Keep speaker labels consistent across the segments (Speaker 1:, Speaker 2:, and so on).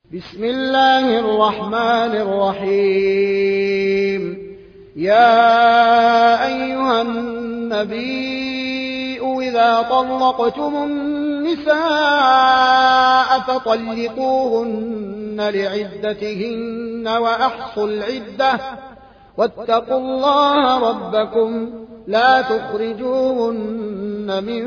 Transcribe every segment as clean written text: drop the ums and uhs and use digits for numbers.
Speaker 1: بسم الله الرحمن الرحيم. يا أيها النبي إذا طلقتم النساء فطلقوهن لعدتهن وأحصوا العدة واتقوا الله ربكم لا تخرجوهن من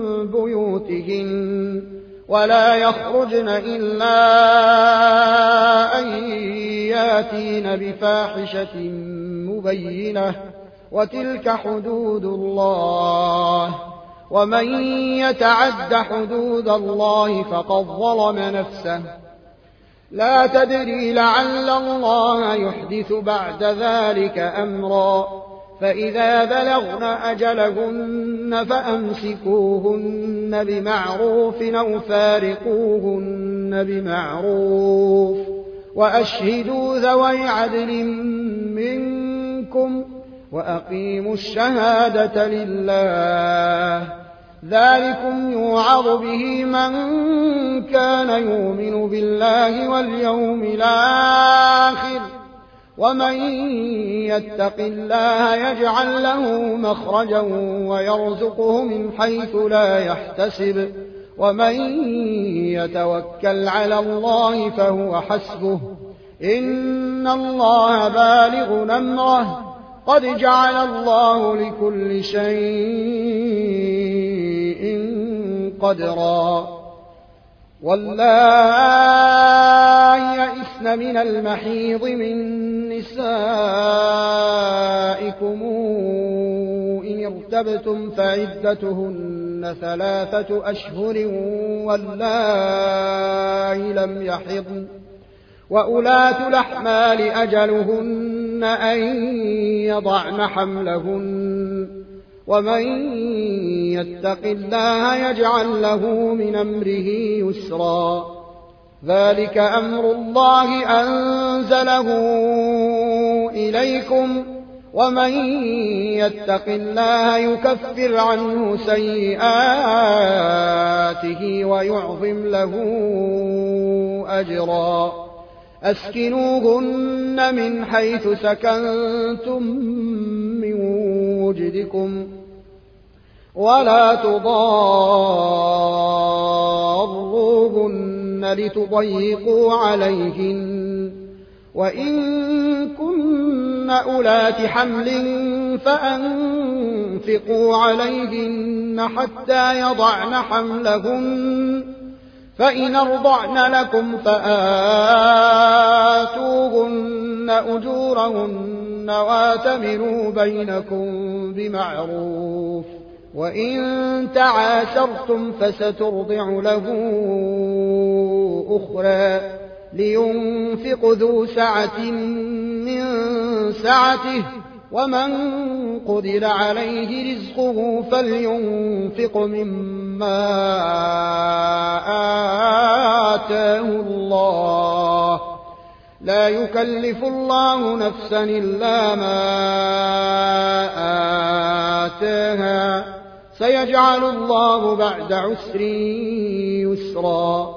Speaker 1: بيوتهن ولا يخرجن إلا أن ياتين بفاحشة مبينة وتلك حدود الله ومن يتعد حدود الله فقد ظلم نفسه لا تدري لعل الله يحدث بعد ذلك أمرا فإذا بلغن أجلهن فأمسكوهن بمعروف أو فارقوهن بمعروف وأشهدوا ذوي عدل منكم وأقيموا الشهادة لله ذلكم يوعظ به من كان يؤمن بالله واليوم الآخر ومن يتق الله يجعل له مخرجا ويرزقه من حيث لا يحتسب ومن يتوكل على الله فهو حسبه إن الله بالغ أمره قد جعل الله لكل شيء قدرا. واللائي يئسن من المحيض من نسائكم إن ارتبتم فعدتهن 3 أشهر واللائي لم يحضن وأولاة الأحمال أجلهن أن يضعن حملهن ومن يتق الله يجعل له من أمره يسرا ذلك أمر الله أنزله إليكم ومن يتق الله يكفر عنه سيئاته ويعظم له أجرا. أسكنوهن من حيث سكنتم من وجدكم ولا تضاروهن لتضيقوا عليهن وإن كن أولات حمل فأنفقوا عليهن حتى يضعن حملهن فإن أرضعن لكم فآتوهن أجورهن واتمروا بينكم بمعروف وإن تعاسرتم فسترضع له أخرى لينفق ذو سعة من سعته ومن قدر عليه رزقه فلينفق مما آتاه الله لا يكلف الله نفسا إلا ما آتاها سيجعل الله بعد عسر يسرا.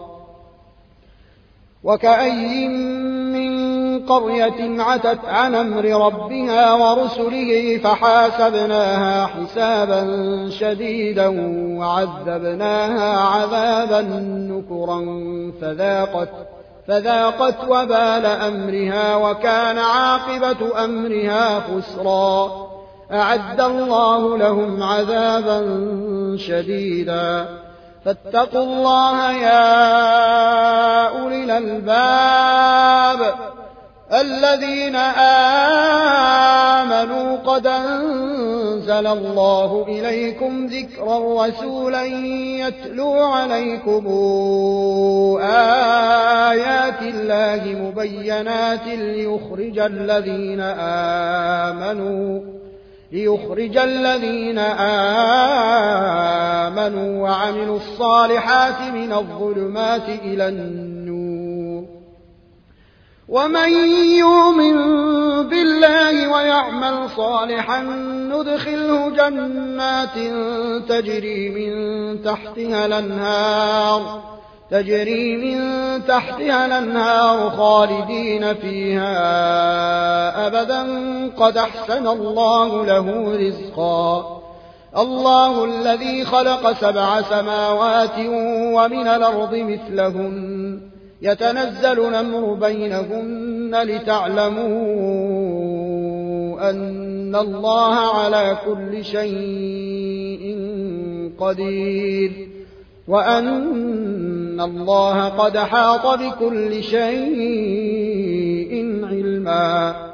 Speaker 1: وكأي من قرية عتت عن أمر ربها ورسله فحاسبناها حسابا شديدا وعذبناها عذابا نكرا فذاقت وبال أمرها وكان عاقبة أمرها خسرا. أعد الله لهم عذابا شديدا فاتقوا الله يا أولي الألباب الذين آمنوا قد أنزل الله إليكم ذكرا رسولا يتلو عليكم آيات الله مبينات ليخرج الذين آمنوا وعملوا الصالحات من الظلمات إلى النور ومن يؤمن بالله ويعمل صالحا ندخله جنات تجري من تحتها الأنهار تجري من تحتها الأنهار خالدين فيها أبدا قد أحسن الله له رزقا الله الذي خلق 7 سماوات ومن الأرض مثلهن يتنزل الأمر بينهن لتعلموا أن الله على كل شيء قدير وأن الله قد حاط بكل شيء علما